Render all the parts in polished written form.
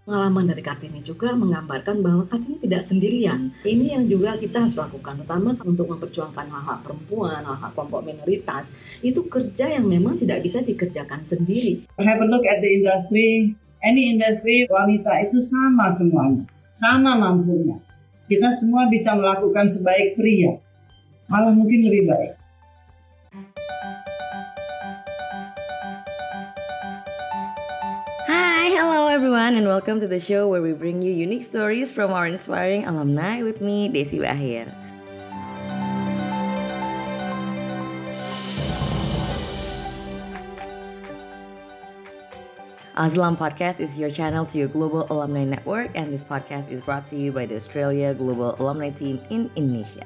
Pengalaman dari Kartini juga menggambarkan bahwa Kartini tidak sendirian. Ini yang juga kita harus lakukan, terutama untuk memperjuangkan hak-hak perempuan, hak-hak kelompok minoritas. Itu kerja yang memang tidak bisa dikerjakan sendiri. Have a look at the industry. Any industry, wanita itu sama semuanya, sama mampunya. Kita semua bisa melakukan sebaik pria, malah mungkin lebih baik. Hello everyone and welcome to the show where we bring you unique stories from our inspiring alumni with me, Desi Bahir. Azlam Podcast is your channel to your global alumni network, and this podcast is brought to you by the Australia Global Alumni Team in Indonesia.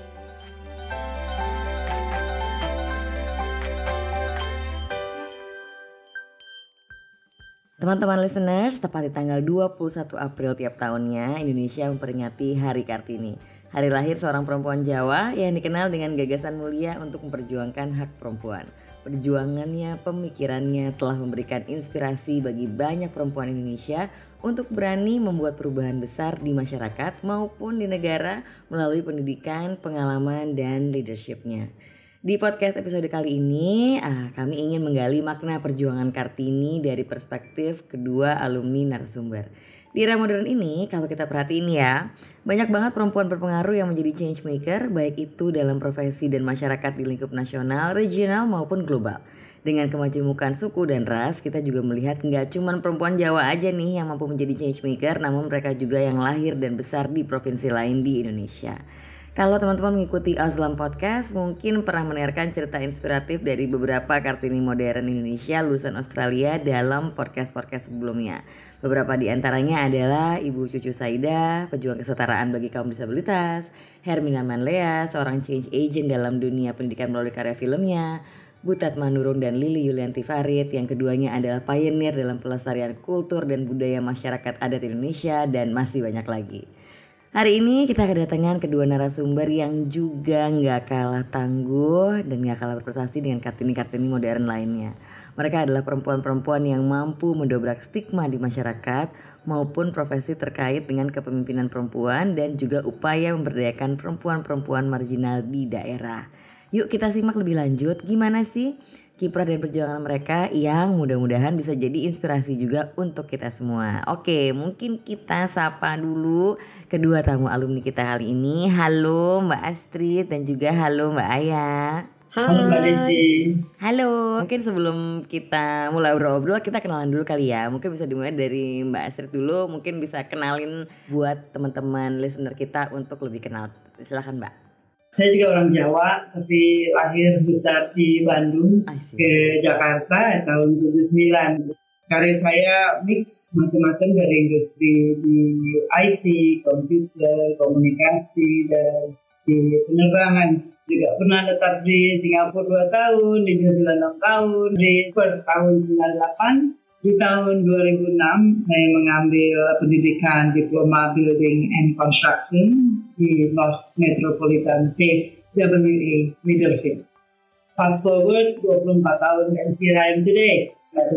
Teman-teman listeners, tepat di tanggal 21 April tiap tahunnya, Indonesia memperingati Hari Kartini. Hari lahir seorang perempuan Jawa yang dikenal dengan gagasan mulia untuk memperjuangkan hak perempuan. Perjuangannya, pemikirannya telah memberikan inspirasi bagi banyak perempuan Indonesia untuk berani membuat perubahan besar di masyarakat maupun di negara melalui pendidikan, pengalaman, dan leadership-nya. Di podcast episode kali ini, kami ingin menggali makna perjuangan Kartini dari perspektif kedua alumni narasumber. Di era modern ini, kalau kita perhatiin ya, banyak banget perempuan berpengaruh yang menjadi change maker, baik itu dalam profesi dan masyarakat di lingkup nasional, regional maupun global. Dengan kemajemukan suku dan ras, kita juga melihat nggak cuma perempuan Jawa aja nih yang mampu menjadi change maker, namun mereka juga yang lahir dan besar di provinsi lain di Indonesia. Kalau teman-teman mengikuti Azlam Podcast, mungkin pernah mendengarkan cerita inspiratif dari beberapa Kartini modern Indonesia lulusan Australia dalam podcast-podcast sebelumnya. Beberapa di antaranya adalah Ibu Cucu Saida, pejuang kesetaraan bagi kaum disabilitas, Hermina Manlea, seorang change agent dalam dunia pendidikan melalui karya filmnya, Butat Manurung dan Lili Yulianti Farid, yang keduanya adalah pioneer dalam pelestarian kultur dan budaya masyarakat adat Indonesia, dan masih banyak lagi. Hari ini kita kedatangan kedua narasumber yang juga gak kalah tangguh dan gak kalah berprestasi dengan Kartini-Kartini modern lainnya. Mereka adalah perempuan-perempuan yang mampu mendobrak stigma di masyarakat maupun profesi terkait dengan kepemimpinan perempuan dan juga upaya memberdayakan perempuan-perempuan marginal di daerah. Yuk kita simak lebih lanjut gimana sih kiprah dan perjuangan mereka yang mudah-mudahan bisa jadi inspirasi juga untuk kita semua. Oke, mungkin kita sapa dulu kedua tamu alumni kita kali ini. Halo Mbak Astrid dan juga halo Mbak Aya. Halo Mbak Desi. Halo. Mungkin sebelum kita mulai ngobrol kita kenalan dulu kali ya. Mungkin bisa dimulai dari Mbak Astrid dulu. Mungkin bisa kenalin buat teman-teman listener kita untuk lebih kenal. Silakan Mbak. Saya juga orang Jawa, tapi lahir besar di Bandung, ke Jakarta tahun 79. Karir saya mix macam-macam dari industri di IT, komputer, komunikasi, dan di penerbangan. Juga pernah tetap di Singapura 2 tahun, di New Zealand 6 tahun, di Perth tahun 98. Di tahun 2006 saya mengambil pendidikan Diploma Building and Construction di North Metropolitan TAFE WA Middlefield. Fast forward 24 tahun and here I am today.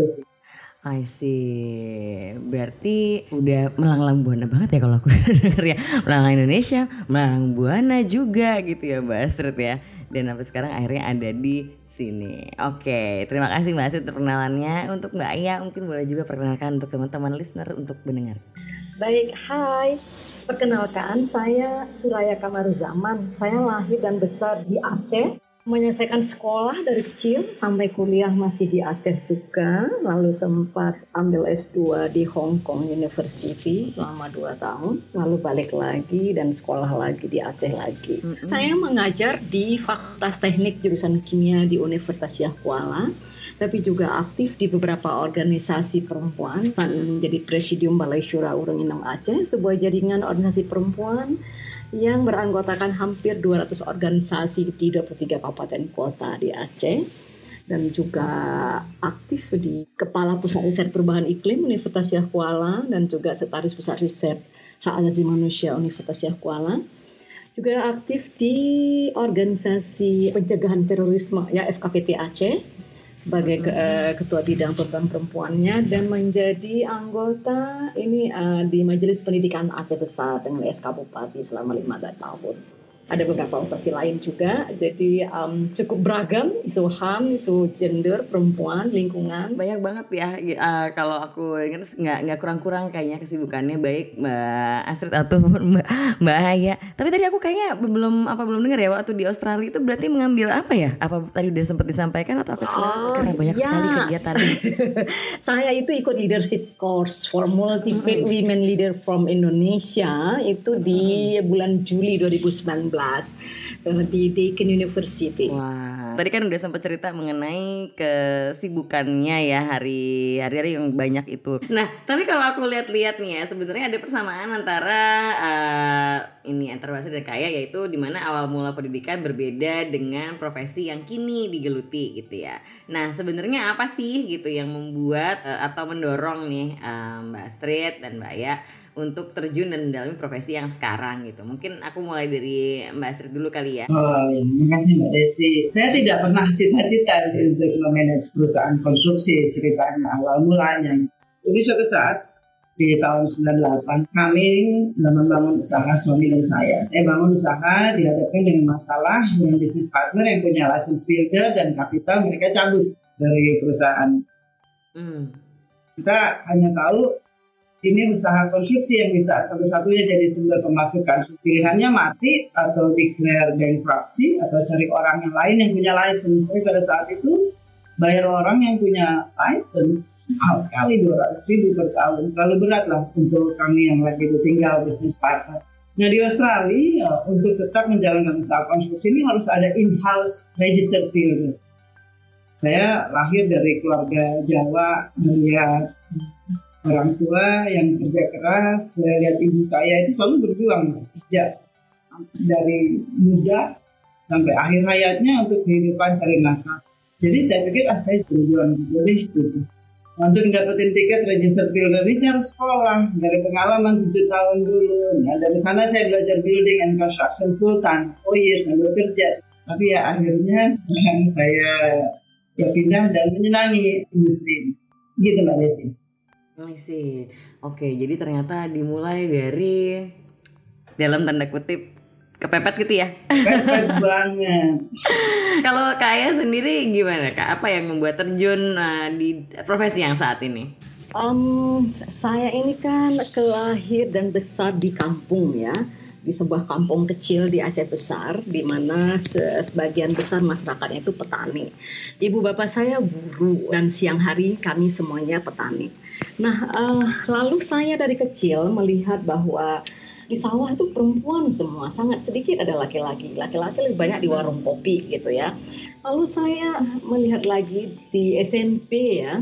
I see. Berarti udah melanglang buana banget ya kalau aku denger ya. Melanglang Indonesia, melanglang buana juga gitu ya Mbak Astrid ya. Dan sampai sekarang akhirnya ada di sini. Oke, terima kasih Mbak Astrid perkenalannya. Untuk Mbak Aya mungkin boleh juga perkenalkan untuk teman-teman listener untuk mendengar. Baik, hai. Perkenalkan, saya Suraya Kamaruzaman. Saya lahir dan besar di Aceh. Menyelesaikan sekolah dari kecil sampai kuliah masih di Aceh juga. Lalu sempat ambil S2 di Hong Kong University selama 2 tahun. Lalu balik lagi dan sekolah lagi di Aceh lagi. Saya mengajar di Fakultas Teknik jurusan Kimia di Universitas Yahya Kuala. Tapi juga aktif di beberapa organisasi perempuan. Saat menjadi Presidium Balai Syura Urang Inang Aceh, sebuah jaringan organisasi perempuan yang beranggotakan hampir 200 organisasi di 23 kabupaten kota di Aceh, dan juga aktif di Kepala Pusat Riset Perubahan Iklim Universitas Yahya Kuala dan juga Sekretaris Pusat Riset Hak Asasi Manusia Universitas Yahya Kuala. Juga aktif di organisasi pencegahan terorisme ya FKPT Aceh, sebagai ketua bidang program perempuannya dan menjadi anggota ini di Majelis Pendidikan Aceh Besar dengan SK Bupati selama 5 tahun. Ada beberapa organisasi lain juga, jadi cukup beragam, isu HAM, isu gender, perempuan, lingkungan. Banyak banget ya, kalau aku ingat nggak kurang-kurang kayaknya kesibukannya, baik Mbak Astrid ataupun Mbak Haya. Tapi tadi aku kayaknya belum dengar ya, waktu di Australia itu berarti mengambil apa ya? Apa tadi udah sempat disampaikan atau aku karena banyak sekali kegiatan. Saya itu ikut leadership course for multi-faith women leader from Indonesia itu di bulan Juli 2019. Di Deakin University. Wah, tadi kan udah sempat cerita mengenai kesibukannya ya hari-hari yang banyak itu. Nah, tapi kalau aku lihat-lihat nih ya, sebenarnya ada persamaan antara antara Mbak dan Kaya, yaitu dimana awal mula pendidikan berbeda dengan profesi yang kini digeluti gitu ya. Nah, sebenarnya apa sih gitu yang membuat atau mendorong nih Mbak Astrid dan Mbak Aya untuk terjun dan mendalami profesi yang sekarang gitu. Mungkin aku mulai dari Mbak Astrid dulu kali ya. Oh ya, terima kasih Mbak Desi. Saya tidak pernah cita-cita untuk memanage perusahaan konstruksi, ceritanya awal mulanya. Jadi suatu saat di tahun 98 kami membangun usaha, suami dan saya. Saya bangun usaha dihadapkan dengan masalah dengan bisnis partner yang punya license builder dan kapital mereka cabut dari perusahaan. Kita hanya tahu ini usaha konstruksi yang bisa satu-satunya jadi sumber pemasukan. Pilihannya mati atau declare bankruptcy atau cari orang yang lain yang punya license. Tapi pada saat itu bayar orang yang punya license mahal sekali, 200.000 per tahun. Terlalu berat lah untuk kami yang lagi tinggal bisnis partner. Nah di Australia untuk tetap menjalankan usaha konstruksi ini harus ada in-house registered builder. Saya lahir dari keluarga Jawa, melihat orang tua yang kerja keras. Saya lihat ibu saya itu selalu berjuang kerja dari muda sampai akhir hayatnya untuk kehidupan cari nafkah. Jadi saya pikir saya berjuang boleh gitu. Untuk mendapatkan tiket register builder ini saya harus sekolah, cari pengalaman 7 tahun dulu. Nah, dari sana saya belajar building and construction full time 4 years sambil kerja. Tapi ya akhirnya sekarang saya pindah dan menyenangi industri. Gitu Mbak Desi. Sih. Oke, jadi ternyata dimulai dari dalam tanda kutip kepepet gitu ya. Kepepet banget. Kalau Kak Aya sendiri gimana Kak? Apa yang membuat terjun di profesi yang saat ini? Saya ini kan kelahir dan besar di kampung ya, di sebuah kampung kecil di Aceh Besar, di mana sebagian besar masyarakatnya itu petani. Ibu bapak saya buruh dan siang hari kami semuanya petani. Nah, lalu saya dari kecil melihat bahwa di sawah itu perempuan semua, sangat sedikit ada laki-laki. Laki-laki lebih banyak di warung kopi gitu ya. Lalu saya melihat lagi di SMP ya,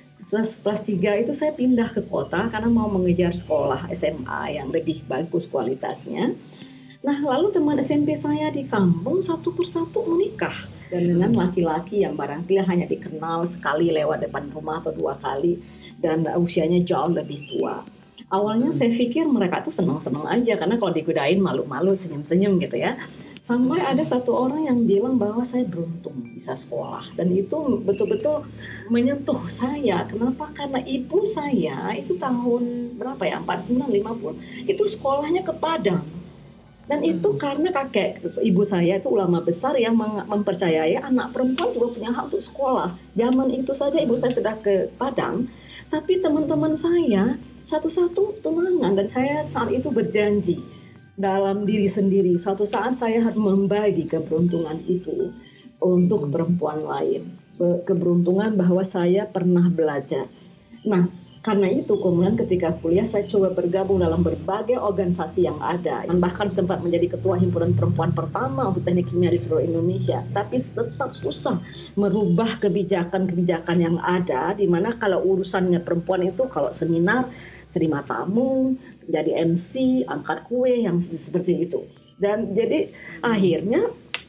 kelas 3 itu saya pindah ke kota karena mau mengejar sekolah SMA yang lebih bagus kualitasnya. Nah, lalu teman SMP saya di kampung satu persatu menikah. Dan dengan laki-laki yang barangkali hanya dikenal sekali lewat depan rumah atau 2 kali. Dan usianya jauh lebih tua. Awalnya saya pikir mereka tuh senang-senang aja karena kalau digodain malu-malu, senyum-senyum gitu ya. Sampai ada satu orang yang bilang bahwa saya beruntung bisa sekolah. Dan itu betul-betul menyentuh saya. Kenapa? Karena ibu saya itu tahun berapa ya? 49-50. Itu sekolahnya ke Padang. Dan itu karena kakek ibu saya itu ulama besar yang mempercayai anak perempuan juga punya hak untuk sekolah. Zaman itu saja ibu saya sudah ke Padang. Tapi teman-teman saya satu-satu tunangan dan saya saat itu berjanji dalam diri sendiri suatu saat saya harus membagi keberuntungan itu untuk perempuan lain. Keberuntungan bahwa saya pernah belajar. Nah, karena itu kemudian ketika kuliah saya coba bergabung dalam berbagai organisasi yang ada dan bahkan sempat menjadi ketua himpunan perempuan pertama untuk teknik kimia di seluruh Indonesia. Tapi tetap susah merubah kebijakan-kebijakan yang ada, di mana kalau urusannya perempuan itu kalau seminar terima tamu, jadi MC, angkat kue yang seperti itu. Dan jadi akhirnya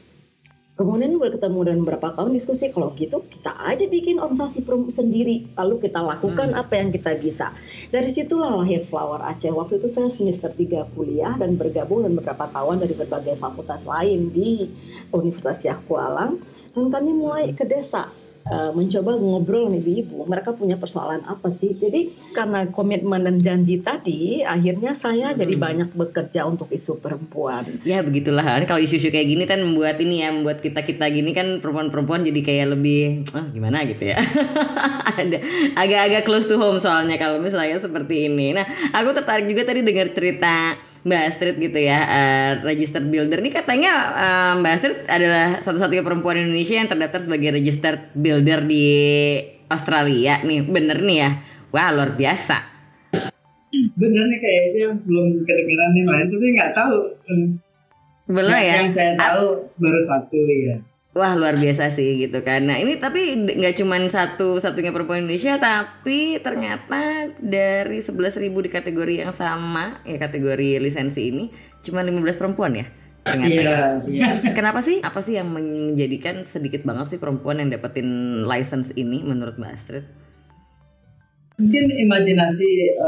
kemudian bertemu dengan beberapa kawan diskusi, kalau gitu kita aja bikin organisasi sendiri, lalu kita lakukan apa yang kita bisa. Dari situlah lahir Flower Aceh. Waktu itu saya semester 3 kuliah dan bergabung dengan beberapa kawan dari berbagai fakultas lain di Universitas Syah Kuala, dan kami mulai ke desa mencoba ngobrol nih ibu-ibu, mereka punya persoalan apa sih. Jadi karena komitmen dan janji tadi, akhirnya saya jadi banyak bekerja untuk isu perempuan. Ya begitulah, kalau isu-isu kayak gini kan membuat kita gini kan perempuan-perempuan jadi kayak lebih gimana gitu ya. Ada agak-agak close to home soalnya kalau misalnya seperti ini. Nah, aku tertarik juga tadi dengar cerita Mbak Astrid gitu ya, registered builder. Ini katanya Mbak Astrid adalah satu-satunya perempuan Indonesia yang terdaftar sebagai registered builder di Australia nih, bener nih ya? Wah, luar biasa. Bener nih, kayaknya belum kedengeran yang lain, tapi nggak tahu. Belum ya? Yang saya tahu baru satu ya. Wah, luar biasa sih gitu kan. Nah ini tapi nggak cuma satunya perempuan Indonesia, tapi ternyata dari 11.000 di kategori yang sama ya, kategori lisensi ini cuma 15 perempuan ya ternyata. Iya. Kenapa sih? Apa sih yang menjadikan sedikit banget sih perempuan yang dapetin license ini menurut Mbak Astrid? Mungkin imajinasi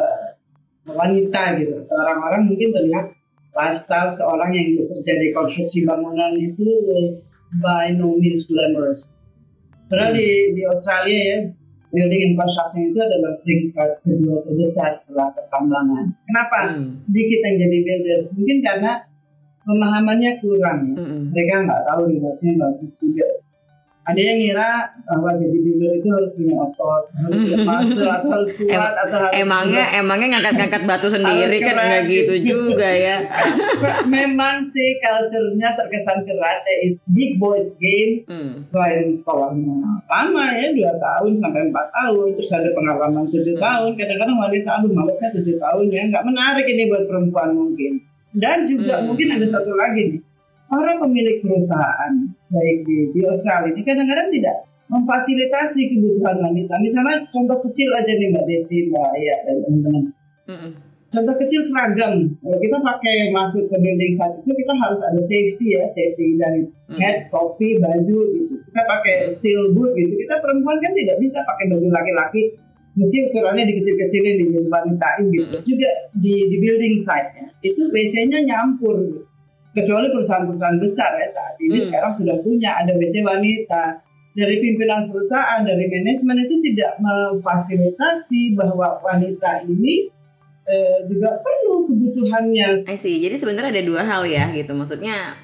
wanita gitu. Orang-orang mungkin terlihat lifestyle seorang yang bekerja di konstruksi bangunan itu is by no means glamorous. Padahal di Australia ya, building and construction itu adalah peringkat kedua terbesar setelah pertambangan. Kenapa sedikit yang jadi builder? Mungkin karena pemahamannya kurang ya. Mereka nggak tahu rewardnya bagus juga. Ada yang ngira bahwa jadi builder itu harus punya otot, harus muscle, atau harus kuat, atau harus emangnya ngangkat-ngangkat batu sendiri kan nggak gitu juga ya. Memang sih culture-nya terkesan keras ya, is big boys games. Selain sekolahnya lama ya, 2 tahun sampai 4 tahun, terus ada pengalaman 7 tahun. Kadang-kadang wanita, malesnya 7 tahun ya, nggak menarik ini buat perempuan mungkin. Dan juga mungkin ada satu lagi nih, para pemilik perusahaan baik di Australia ini kadang-kadang tidak memfasilitasi kebutuhan wanita. Misalnya contoh kecil aja nih Mbak Desi, Mbak Aya dan teman-teman. Contoh kecil seragam. Kalau kita pakai masuk ke building site itu kita harus ada safety dari hat, topi, baju gitu. Kita pakai steel boot gitu. Kita perempuan kan tidak bisa pakai baju laki-laki, mesti ukurannya dikecil-kecilin, diwanitain gitu. Juga di building site ya, itu WC-nya nyampur gitu. Kecuali perusahaan-perusahaan besar ya saat ini sekarang sudah punya ada WC wanita. Dari pimpinan perusahaan, dari manajemen itu tidak memfasilitasi bahwa wanita ini juga perlu kebutuhannya. I see. Jadi sebenarnya ada 2 hal ya gitu. Maksudnya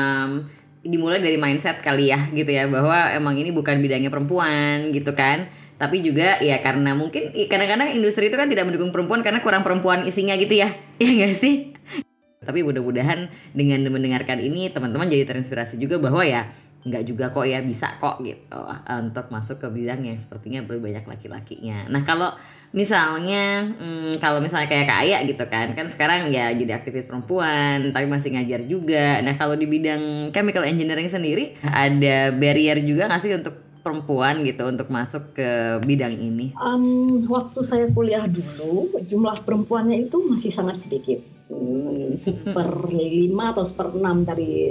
dimulai dari mindset kali ya gitu ya, bahwa emang ini bukan bidangnya perempuan gitu kan. Tapi juga ya karena mungkin kadang-kadang industri itu kan tidak mendukung perempuan karena kurang perempuan isinya gitu ya. Iya nggak sih? Tapi mudah-mudahan dengan mendengarkan ini teman-teman jadi terinspirasi juga bahwa ya nggak juga kok ya, bisa kok gitu untuk masuk ke bidang yang sepertinya lebih banyak laki-lakinya. Nah kalau misalnya kayak Kak Aya gitu kan sekarang ya jadi aktivis perempuan tapi masih ngajar juga. Nah kalau di bidang chemical engineering sendiri ada barrier juga nggak sih untuk perempuan gitu untuk masuk ke bidang ini? Waktu saya kuliah dulu jumlah perempuannya itu masih sangat sedikit. 1/5 atau 1/6 dari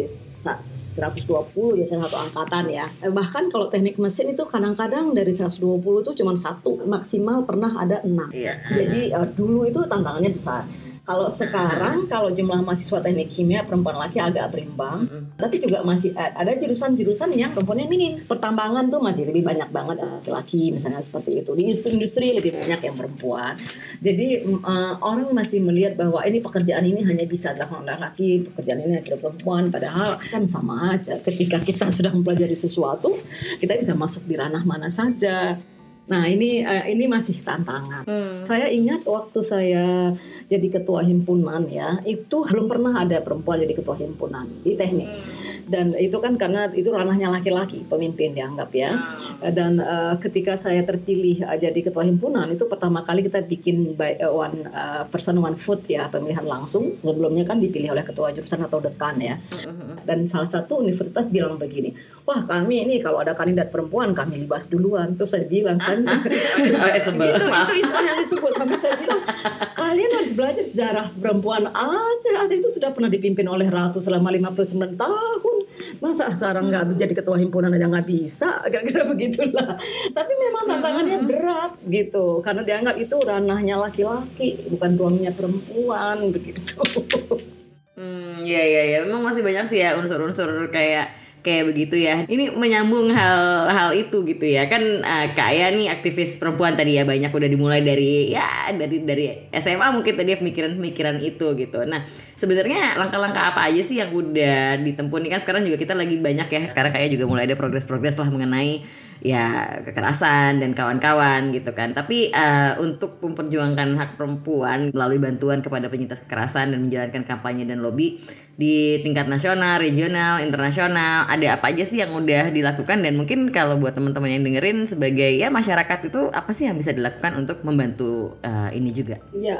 120 ya, satu angkatan ya. Bahkan kalau teknik mesin itu kadang-kadang dari 120 itu cuma 1, maksimal pernah ada 6. Jadi dulu itu tantangannya besar. Kalau sekarang kalau jumlah mahasiswa teknik kimia perempuan laki agak berimbang, tapi juga masih ada jurusan-jurusan yang perempuannya minim. Pertambangan tuh masih lebih banyak banget laki-laki misalnya seperti itu. Di industri lebih banyak yang perempuan. Jadi orang masih melihat bahwa ini pekerjaan ini hanya bisa dilakukan oleh laki, pekerjaan ini hanya perempuan. Padahal kan sama aja. Ketika kita sudah mempelajari sesuatu, kita bisa masuk di ranah mana saja. Nah ini masih tantangan. Saya ingat waktu saya jadi ketua himpunan ya, itu belum pernah ada perempuan jadi ketua himpunan di teknik. Dan itu kan karena itu ranahnya laki-laki, pemimpin dianggap ya. Dan ketika saya terpilih jadi ketua himpunan, itu pertama kali kita bikin one person one vote ya, pemilihan langsung. Sebelumnya kan dipilih oleh ketua jurusan atau dekan ya. Dan salah satu universitas bilang begini, wah kami ini kalau ada kandidat perempuan kami libas duluan. Terus saya bilang kan, itu istilah yang disebut. Kami saya bilang, kalian harus belajar sejarah perempuan aja itu sudah pernah dipimpin oleh ratu selama 59 tahun. Masa sekarang nggak jadi ketua himpunan aja nggak bisa, kira-kira begitulah. Tapi memang tantangannya berat gitu, karena dianggap itu ranahnya laki-laki, bukan ruangnya perempuan begitu. Ya, memang masih banyak sih ya unsur-unsur kayak kayak begitu ya. Ini menyambung hal itu gitu ya kan, kayak nih aktivis perempuan tadi ya, banyak udah dimulai dari SMA mungkin tadi pemikiran itu gitu. Nah sebenarnya langkah-langkah apa aja sih yang udah ditempuh nih, kan sekarang juga kita lagi banyak ya, sekarang kayak juga mulai ada progres lah mengenai ya kekerasan dan kawan-kawan gitu kan. Tapi untuk memperjuangkan hak perempuan melalui bantuan kepada penyintas kekerasan dan menjalankan kampanye dan lobby di tingkat nasional, regional, internasional, ada apa aja sih yang udah dilakukan, dan mungkin kalau buat teman-teman yang dengerin sebagai ya masyarakat itu apa sih yang bisa dilakukan untuk membantu ini juga? Ya,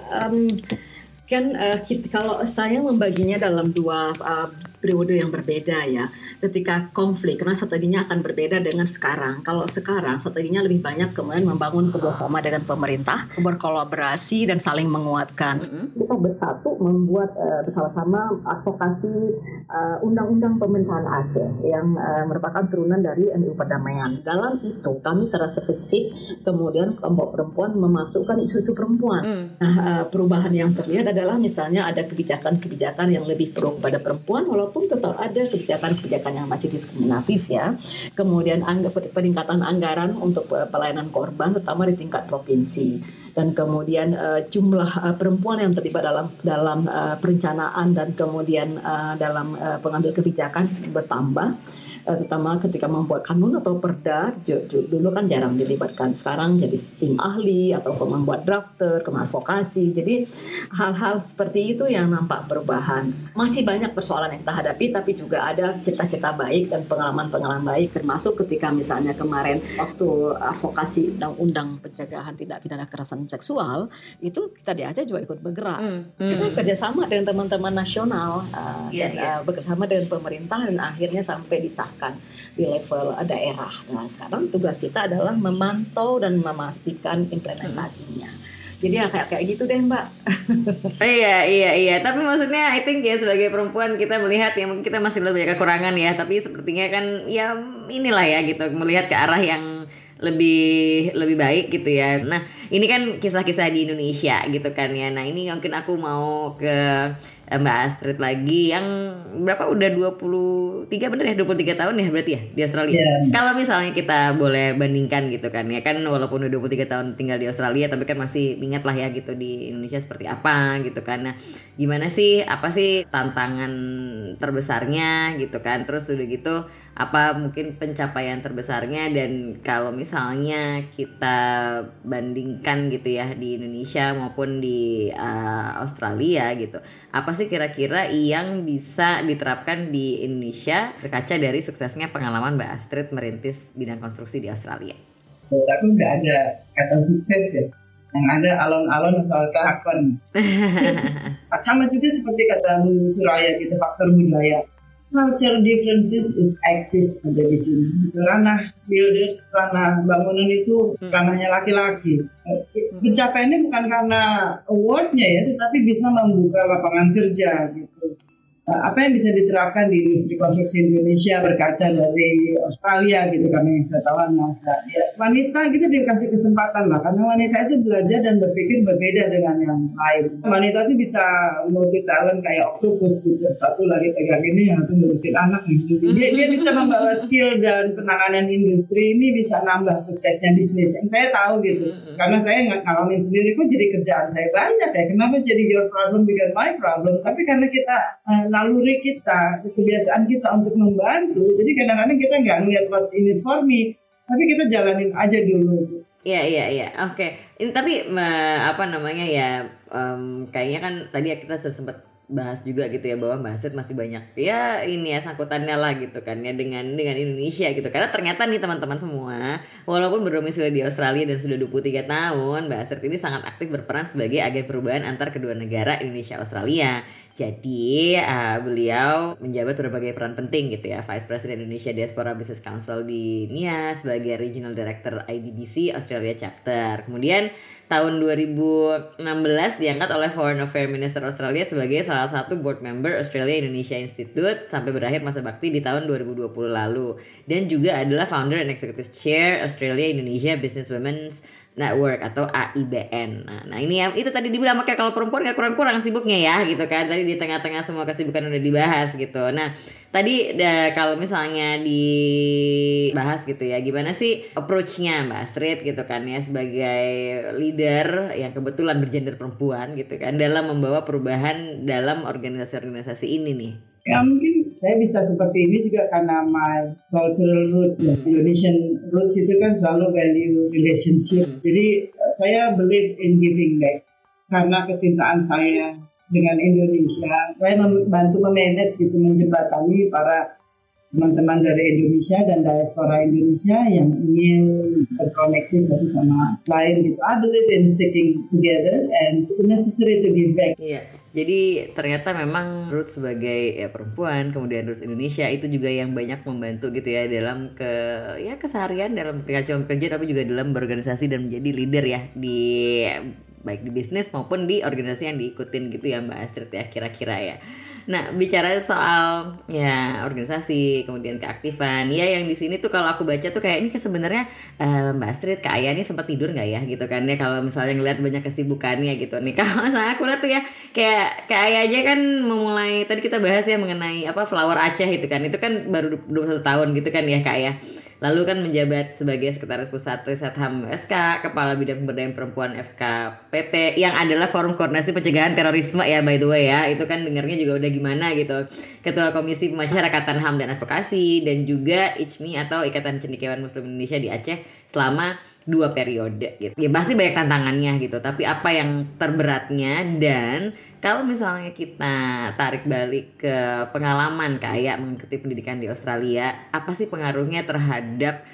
kan kalau saya membaginya dalam dua periode yang berbeda ya. Ketika konflik, karena strateginya akan berbeda dengan sekarang. Kalau sekarang strateginya lebih banyak kemudian membangun kerjasama dengan pemerintah, berkolaborasi dan saling menguatkan. Kita bersatu membuat bersama-sama advokasi undang-undang pemerintahan Aceh yang merupakan turunan dari MUU Perdamaian. Dalam itu kami secara spesifik kemudian kelompok perempuan memasukkan isu-isu perempuan. Nah, perubahan yang terlihat adalah misalnya ada kebijakan-kebijakan yang lebih pro pada perempuan, walaupun tetap ada kebijakan-kebijakan yang masih diskriminatif ya. Kemudian peningkatan anggaran untuk pelayanan korban terutama di tingkat provinsi, dan kemudian jumlah perempuan yang terlibat dalam perencanaan dan kemudian dalam pengambil kebijakan bertambah. Terutama ketika membuat kanun atau perda, dulu kan jarang dilibatkan, sekarang jadi tim ahli atau membuat drafter, advokasi. Jadi hal-hal seperti itu yang nampak perubahan. Masih banyak persoalan yang kita hadapi, tapi juga ada cita-cita baik dan pengalaman-pengalaman baik, termasuk ketika misalnya kemarin waktu advokasi undang-undang pencegahan tindak pidana kekerasan seksual, itu kita di Aceh juga ikut bergerak. Kita kerjasama dengan teman-teman nasional, bekerjasama dengan pemerintah, dan akhirnya sampai disahkan di level daerah. Nah, sekarang tugas kita adalah memantau dan memastikan implementasinya. Jadi ya kayak gitu deh, Mbak. Iya. Tapi maksudnya I think ya sebagai perempuan kita melihat ya mungkin kita masih lebih banyak kekurangan ya, tapi sepertinya kan ya inilah ya gitu, melihat ke arah yang lebih baik gitu ya. Nah ini kan kisah-kisah di Indonesia gitu kan ya. Nah ini mungkin aku mau ke Mbak Astrid lagi, yang berapa udah 23 bener ya, 23 tahun ya berarti ya di Australia. Kalau misalnya kita boleh bandingkan gitu kan ya, kan walaupun udah 23 tahun tinggal di Australia tapi kan masih ingat lah ya gitu di Indonesia seperti apa gitu kan. Nah gimana sih, apa sih tantangan terbesarnya gitu kan, terus udah gitu apa mungkin pencapaian terbesarnya, dan kalau misalnya kita bandingkan gitu ya di Indonesia maupun di Australia gitu, apa sih kira-kira yang bisa diterapkan di Indonesia berkaca dari suksesnya pengalaman Mbak Astrid merintis bidang konstruksi di Australia? Tapi nggak ada kata sukses ya, yang ada alon-alon asal keakuan. Sama juga seperti kata Bu Suraya gitu, faktor budaya. Culture differences exist ada di sini. Ranah builders, ranah bangunan itu ranahnya laki-laki. Pencapaiannya bukan karena awardnya ya, tetapi bisa membuka lapangan kerja gitu. Apa yang bisa diterapkan di industri konstruksi Indonesia berkaca dari Australia gitu, karena yang saya tahu ya, wanita gitu dikasih kesempatan lah, karena wanita itu belajar dan berpikir berbeda dengan yang lain. Wanita itu bisa multi talent kayak oktopus gitu, satu lagi pegang ini, yang satu ngurusin anak gitu. Dia bisa membawa skill dan penanganan industri ini bisa nambah suksesnya bisnis. Yang saya tahu gitu, karena saya ngalamin sendiri kok, jadi kerjaan saya banyak ya. Kenapa jadi your problem become my problem? Tapi karena kita naluri kita, kebiasaan kita untuk membantu, jadi kadang-kadang kita nggak ngeliat what's in it for me, tapi kita jalanin aja dulu. Iya. Oke. Ini tapi apa namanya ya, kayaknya kan tadi kita sudah sempat bahas juga gitu ya, bahwa Mbak Astrid masih banyak ya ini ya sangkutannya lah gitu kan ya dengan Indonesia gitu, karena ternyata nih teman-teman semua, walaupun berdomisili di Australia dan sudah 23 tahun, Mbak Astrid ini sangat aktif berperan sebagai agen perubahan antar kedua negara Indonesia Australia. Jadi beliau menjabat berbagai peran penting gitu ya, Vice President Indonesia Diaspora Business Council di NIA, sebagai Regional Director IDBC Australia Chapter. Kemudian tahun 2016 diangkat oleh Foreign Affairs Minister Australia sebagai salah satu board member Australia Indonesia Institute sampai berakhir masa bakti di tahun 2020 lalu. Dan juga adalah founder and executive chair Australia Indonesia Business Women's Network atau AIBN. Nah ini yang itu tadi dibilang, makanya kalau perempuan gak kurang-kurang sibuknya ya gitu kan. Tadi di tengah-tengah semua kesibukan udah dibahas gitu. Nah tadi kalau misalnya dibahas gitu ya, gimana sih approach-nya Mbak Astrid gitu kan ya sebagai leader yang kebetulan bergender perempuan gitu kan dalam membawa perubahan dalam organisasi-organisasi ini nih. Ya mungkin saya bisa seperti ini juga karena my cultural roots, Indonesian roots itu kan selalu value relationship. Jadi saya believe in giving back. Karena kecintaan saya dengan Indonesia, saya membantu memanage gitu, menjembatani para teman-teman dari Indonesia dan diaspora Indonesia yang ingin terkoneksi satu sama lain gitu. I believe in sticking together and it's necessary to give back. Iya. Jadi ternyata memang Ruth sebagai perempuan, kemudian Ruth Indonesia itu juga yang banyak membantu gitu ya dalam keseharian dalam cuma kerja tapi juga dalam berorganisasi dan menjadi leader ya di baik di bisnis maupun di organisasi yang diikutin gitu ya Mbak Astrid ya kira-kira ya. Nah bicara soal ya organisasi kemudian keaktifan ya yang di sini tuh kalau aku baca tuh kayak ini sebenarnya Mbak Astrid Kak Aya ini sempat tidur nggak ya gitu kan ya kalau misalnya ngeliat banyak kesibukannya gitu nih. Kalau misalnya aku lihat tuh ya kayak Kak Aya aja kan memulai tadi kita bahas ya mengenai Flower Aceh itu kan baru 21 tahun gitu kan ya Kak Aya. Lalu kan menjabat sebagai Sekretaris Pusat Riset HAM SK, Kepala Bidang Pemberdayaan Perempuan FKPT, yang adalah Forum Koordinasi Pencegahan Terorisme ya by the way ya. Itu kan dengarnya juga udah gimana gitu. Ketua Komisi Pemasyarakatan HAM dan Advokasi, dan juga ICMI atau Ikatan Cendekiawan Muslim Indonesia di Aceh selama 2 periode gitu. Ya pasti banyak tantangannya gitu, tapi apa yang terberatnya, dan kalau misalnya kita tarik balik ke pengalaman kayak mengikuti pendidikan di Australia, apa sih pengaruhnya terhadap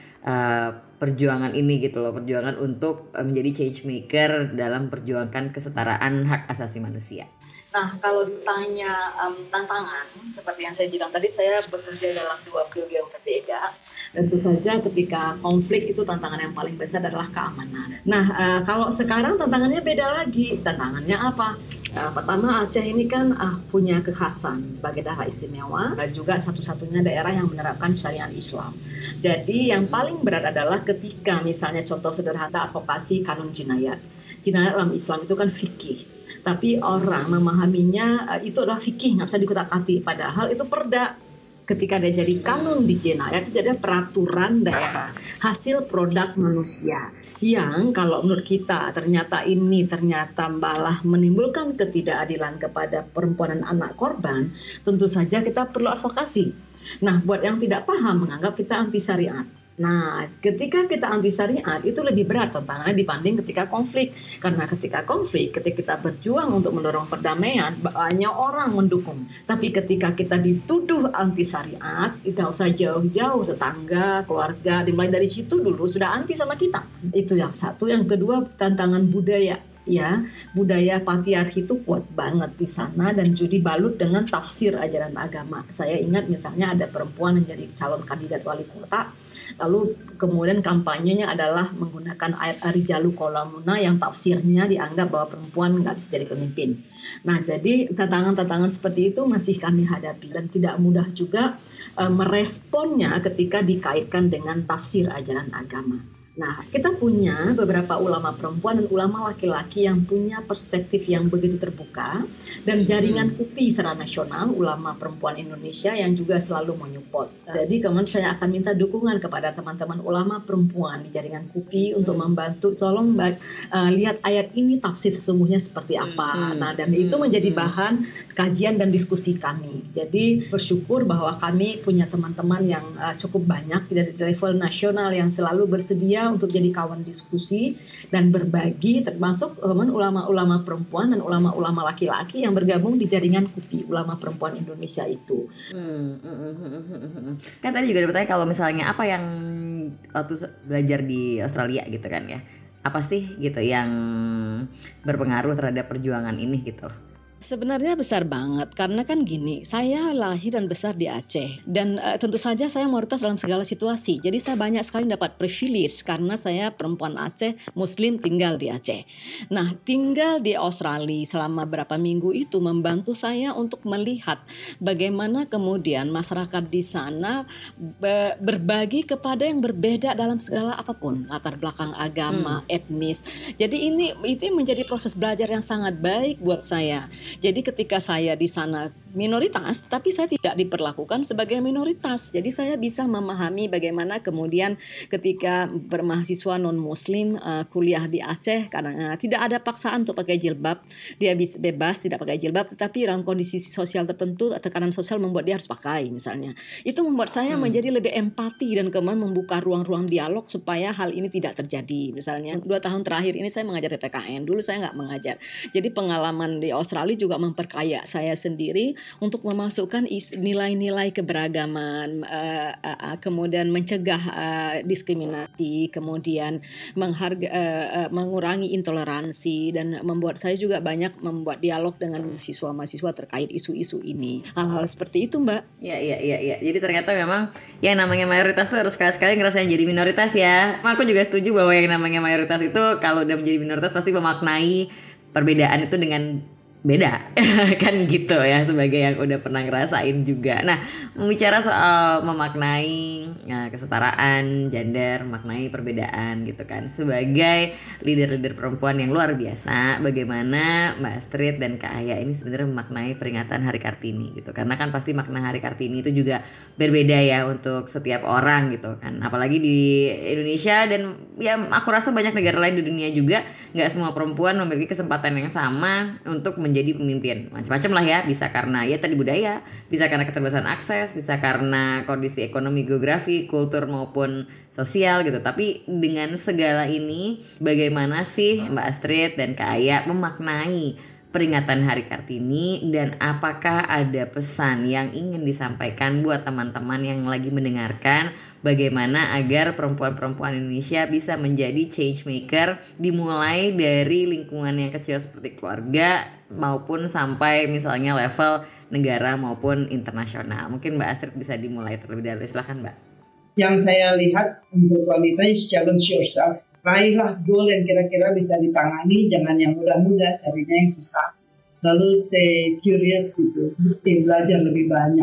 perjuangan ini gitu loh, perjuangan untuk menjadi change maker dalam perjuangkan kesetaraan hak asasi manusia. Nah, kalau ditanya tantangan, seperti yang saya bilang tadi, saya bekerja dalam 2 periode yang berbeda. Tentu saja ketika konflik itu tantangan yang paling besar adalah keamanan. Nah, kalau sekarang tantangannya beda lagi. Tantangannya apa? Pertama, Aceh ini kan punya kekhasan sebagai daerah istimewa dan juga satu-satunya daerah yang menerapkan syariat Islam. Jadi yang paling berat adalah ketika misalnya contoh sederhana advokasi kanun jinayat. Jinayat dalam Islam itu kan fikih. Tapi orang memahaminya itu adalah fikih, nggak bisa dikutak-atik. Padahal itu perda. Ketika dia jadi kanun di jinayat itu jadi peraturan daerah, hasil produk manusia. Yang kalau menurut kita ternyata malah menimbulkan ketidakadilan kepada perempuan dan anak korban, tentu saja kita perlu advokasi. Nah, buat yang tidak paham menganggap kita anti syariat. Nah, ketika kita anti syariat itu lebih berat tantangannya dibanding ketika konflik. Karena ketika konflik, ketika kita berjuang untuk mendorong perdamaian, banyak orang mendukung. Tapi ketika kita dituduh anti syariat, tidak usah jauh-jauh, tetangga, keluarga, dimulai dari situ dulu sudah anti sama kita. Itu yang satu. Yang kedua, tantangan budaya. Ya, budaya patriarki itu kuat banget di sana dan juga dibalut dengan tafsir ajaran agama. Saya ingat misalnya ada perempuan yang jadi calon kandidat wali kota, lalu kemudian kampanyenya adalah menggunakan ayat Arijalu Qalamuna yang tafsirnya dianggap bahwa perempuan nggak bisa jadi pemimpin. Nah, jadi tantangan-tantangan seperti itu masih kami hadapi dan tidak mudah juga meresponnya ketika dikaitkan dengan tafsir ajaran agama. Nah, kita punya beberapa ulama perempuan dan ulama laki-laki yang punya perspektif yang begitu terbuka dan jaringan KUPI secara nasional, ulama perempuan Indonesia yang juga selalu menyupport. Jadi kemudian saya akan minta dukungan kepada teman-teman ulama perempuan di jaringan KUPI untuk membantu, tolong lihat ayat ini tafsir sesungguhnya seperti apa. Nah, dan itu menjadi bahan kajian dan diskusi kami. Jadi bersyukur bahwa kami punya teman-teman yang cukup banyak dari level nasional yang selalu bersedia untuk jadi kawan diskusi dan berbagi, termasuk ulama-ulama perempuan dan ulama-ulama laki-laki yang bergabung di jaringan KUPI Ulama Perempuan Indonesia itu. Kan tadi juga bertanya kalau misalnya apa yang waktu belajar di Australia gitu kan ya, apa sih gitu yang berpengaruh terhadap perjuangan ini gitu? Sebenarnya besar banget, karena kan gini, saya lahir dan besar di Aceh, dan tentu saja saya mayoritas dalam segala situasi. Jadi saya banyak sekali dapat privilege karena saya perempuan Aceh, Muslim, tinggal di Aceh. Nah, tinggal di Australia selama berapa minggu itu membantu saya untuk melihat bagaimana kemudian masyarakat di sana berbagi kepada yang berbeda dalam segala apapun, latar belakang agama, etnis. Jadi itu menjadi proses belajar yang sangat baik buat saya. Jadi ketika saya di sana minoritas, tapi saya tidak diperlakukan sebagai minoritas. Jadi saya bisa memahami bagaimana kemudian ketika bermahasiswa non-muslim kuliah di Aceh, karena tidak ada paksaan untuk pakai jilbab, dia bebas tidak pakai jilbab, tetapi dalam kondisi sosial tertentu, tekanan sosial membuat dia harus pakai misalnya. Itu membuat saya menjadi lebih empati dan kemudian membuka ruang-ruang dialog supaya hal ini tidak terjadi. Misalnya 2 tahun terakhir ini saya mengajar di PKN, dulu saya nggak mengajar. Jadi pengalaman di Australia juga memperkaya saya sendiri untuk memasukkan nilai-nilai keberagaman, kemudian mencegah diskriminasi, kemudian mengurangi intoleransi, dan membuat saya juga banyak membuat dialog dengan mahasiswa terkait isu-isu ini. Hal-hal seperti itu, Mbak. Iya. Jadi ternyata memang yang namanya mayoritas tuh harus sekali-sekali ngerasain jadi minoritas ya. Aku juga setuju bahwa yang namanya mayoritas itu kalau udah menjadi minoritas pasti memaknai perbedaan itu dengan beda kan gitu ya, sebagai yang udah pernah ngerasain juga. Nah, membicara soal memaknai kesetaraan gender, memaknai perbedaan gitu kan, sebagai leader-leader perempuan yang luar biasa, bagaimana Mbak Astrid dan Kak Aya ini sebenarnya memaknai peringatan Hari Kartini gitu. Karena kan pasti makna Hari Kartini itu juga berbeda ya untuk setiap orang gitu kan, apalagi di Indonesia, dan ya aku rasa banyak negara lain di dunia juga nggak semua perempuan memiliki kesempatan yang sama untuk menjadi pemimpin. Macam-macam lah ya, bisa karena ya tadi budaya, bisa karena keterbatasan akses, bisa karena kondisi ekonomi, geografi, kultur maupun sosial gitu. Tapi dengan segala ini, bagaimana sih Mbak Astrid dan Kak Aya memaknai peringatan Hari Kartini, dan apakah ada pesan yang ingin disampaikan buat teman-teman yang lagi mendengarkan bagaimana agar perempuan-perempuan Indonesia bisa menjadi change maker, dimulai dari lingkungan yang kecil seperti keluarga maupun sampai misalnya level negara maupun internasional. Mungkin Mbak Astrid bisa dimulai terlebih dahulu, silakan Mbak. Yang saya lihat untuk wanita is challenge yourself. Raihlah goal yang kira-kira bisa ditangani, jangan yang mudah-mudah, carinya yang susah. Lalu stay curious gitu, belajar lebih banyak.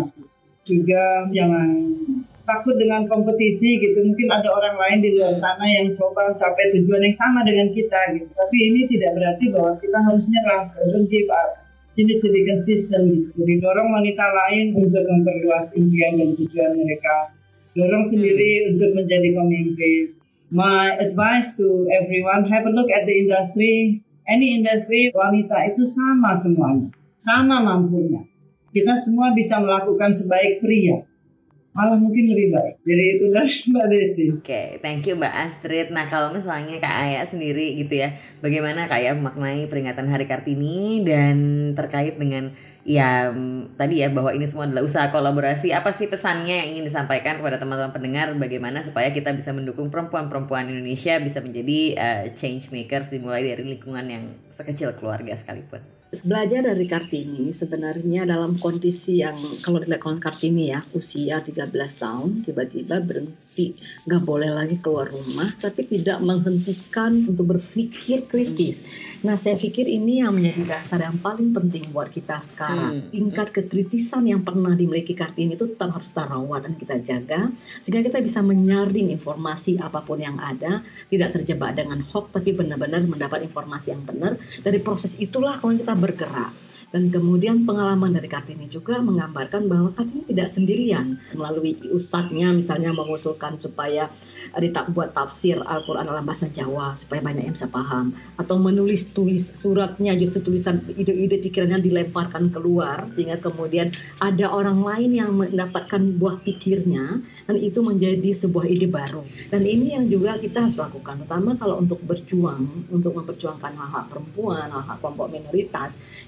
Juga jangan takut dengan kompetisi gitu. Mungkin ada orang lain di luar sana yang coba capai tujuan yang sama dengan kita gitu. Tapi ini tidak berarti bahwa kita harus nyerah, so don't give up. You need to be consistent gitu. Jadi dorong wanita lain untuk memperluas impian dan tujuan mereka. Dorong sendiri untuk menjadi pemimpin. My advice to everyone, have a look at the industry. Any industry, wanita itu sama semuanya, sama mampunya. Kita semua bisa melakukan sebaik pria, malah mungkin lebih baik. Jadi itu dari Mbak Desi. Oke, thank you Mbak Astrid. Nah, kalau misalnya Kak Aya sendiri gitu ya, bagaimana Kak Aya memaknai peringatan Hari Kartini dan terkait dengan ya tadi ya bahwa ini semua adalah usaha kolaborasi. Apa sih pesannya yang ingin disampaikan kepada teman-teman pendengar, bagaimana supaya kita bisa mendukung perempuan-perempuan Indonesia bisa menjadi change makers, dimulai dari lingkungan yang sekecil keluarga sekalipun. Belajar dari Kartini sebenarnya dalam kondisi yang, kalau dilihat Kartini ya, usia 13 tahun tiba-tiba berhenti, gak boleh lagi keluar rumah, tapi tidak menghentikan untuk berpikir kritis. Nah, saya pikir ini yang menjadi dasar yang paling penting buat kita sekarang. Tingkat kekritisan yang pernah dimiliki Kartini itu tetap harus terawat dan kita jaga, sehingga kita bisa menyaring informasi apapun yang ada, tidak terjebak dengan hoax, tapi benar-benar mendapat informasi yang benar. Dari proses itulah kalau kita bergerak. Dan kemudian pengalaman dari Kartini juga menggambarkan bahwa Kartini tidak sendirian. Melalui ustadznya misalnya mengusulkan supaya buat tafsir Al-Quran dalam bahasa Jawa supaya banyak yang bisa paham. Atau tulis suratnya, justru tulisan ide-ide pikirannya dilemparkan keluar, sehingga kemudian ada orang lain yang mendapatkan buah pikirnya, dan itu menjadi sebuah ide baru. Dan ini yang juga kita harus lakukan, terutama kalau untuk berjuang, untuk memperjuangkan hak-hak perempuan, hak-hak kelompok minoritas, itu kerja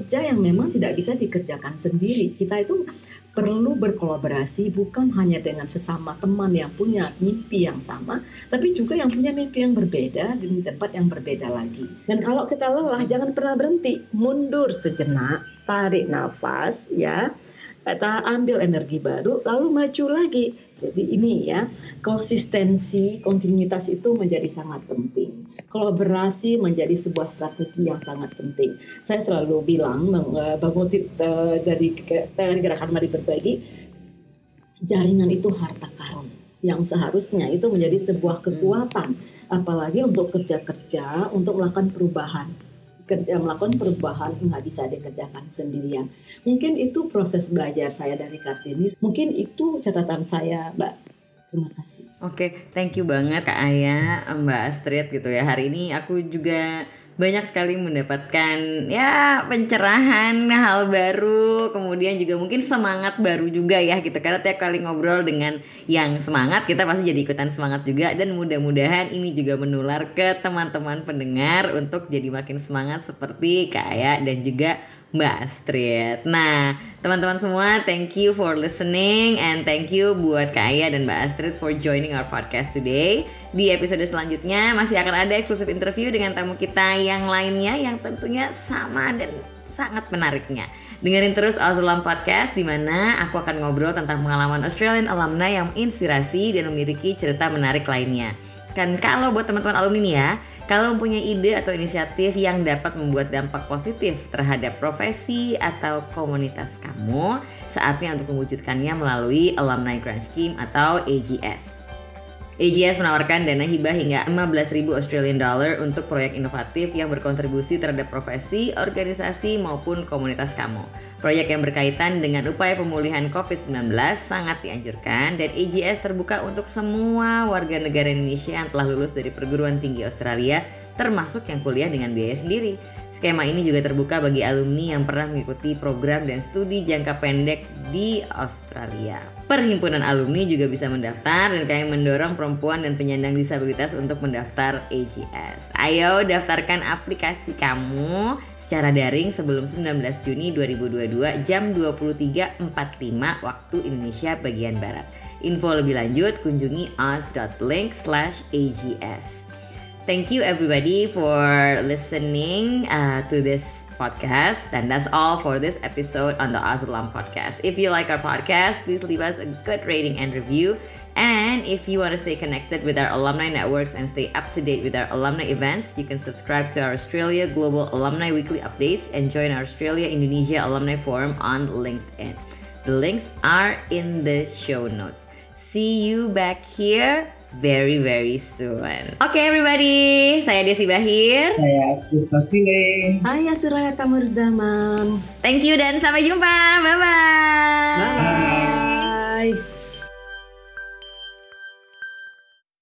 kerja yang memang tidak bisa dikerjakan sendiri. Kita itu perlu berkolaborasi bukan hanya dengan sesama teman yang punya mimpi yang sama, tapi juga yang punya mimpi yang berbeda di tempat yang berbeda lagi. Dan kalau kita lelah, jangan pernah berhenti, mundur sejenak, tarik nafas ya, kita ambil energi baru, lalu maju lagi. Jadi ini ya, konsistensi, kontinuitas itu menjadi sangat penting. Kolaborasi menjadi sebuah strategi yang sangat penting. Saya selalu bilang, mengutip dari gerakan Mari Berbagi, jaringan itu harta karun yang seharusnya itu menjadi sebuah kekuatan, apalagi untuk kerja-kerja, untuk melakukan perubahan. Melakukan perubahan nggak bisa dikerjakan sendirian. Mungkin itu proses belajar saya dari Kartini. Mungkin itu catatan saya, Mbak. Terima kasih. Oke, thank you banget Kak Aya, Mbak Astrid gitu ya. Hari ini aku juga banyak sekali mendapatkan ya pencerahan, hal baru, kemudian juga mungkin semangat baru juga ya gitu. Karena tiap kali ngobrol dengan yang semangat, kita pasti jadi ikutan semangat juga. Dan mudah-mudahan ini juga menular ke teman-teman pendengar untuk jadi makin semangat seperti Kak Aya dan juga Mbak Astrid. Nah, teman-teman semua, thank you for listening and thank you buat Kak Aya dan Mbak Astrid for joining our podcast today. Di episode selanjutnya masih akan ada eksklusif interview dengan tamu kita yang lainnya yang tentunya sama dan sangat menariknya. Dengerin terus Ausalam Podcast di mana aku akan ngobrol tentang pengalaman Australian alumni yang menginspirasi dan memiliki cerita menarik lainnya. Kan kalau buat teman-teman alumni nih ya, kalau mempunyai ide atau inisiatif yang dapat membuat dampak positif terhadap profesi atau komunitas kamu, saatnya untuk mewujudkannya melalui Alumni Grant Scheme atau AGS. AGS menawarkan dana hibah hingga 15.000 Australian dollar untuk proyek inovatif yang berkontribusi terhadap profesi, organisasi maupun komunitas kamu. Proyek yang berkaitan dengan upaya pemulihan COVID-19 sangat dianjurkan dan AGS terbuka untuk semua warga negara Indonesia yang telah lulus dari perguruan tinggi Australia, termasuk yang kuliah dengan biaya sendiri. Skema ini juga terbuka bagi alumni yang pernah mengikuti program dan studi jangka pendek di Australia. Perhimpunan alumni juga bisa mendaftar dan kami mendorong perempuan dan penyandang disabilitas untuk mendaftar AGS. Ayo daftarkan aplikasi kamu secara daring sebelum 19 Juni 2022 jam 23.45 waktu Indonesia bagian Barat. Info lebih lanjut kunjungi aus.link/AGS. Thank you everybody for listening to this podcast, and that's all for this episode on the Ausalam Podcast. If you like our podcast, please leave us a good rating and review. And if you want to stay connected with our alumni networks and stay up to date with our alumni events, you can subscribe to our Australia Global Alumni Weekly Updates and join our Australia Indonesia Alumni Forum on LinkedIn. The links are in the show notes. See you back here very very soon. Okay everybody, saya Desi Bahir, saya Astrid Fasile, saya Suraya Kamaruzzaman. Thank you dan sampai jumpa. Bye bye.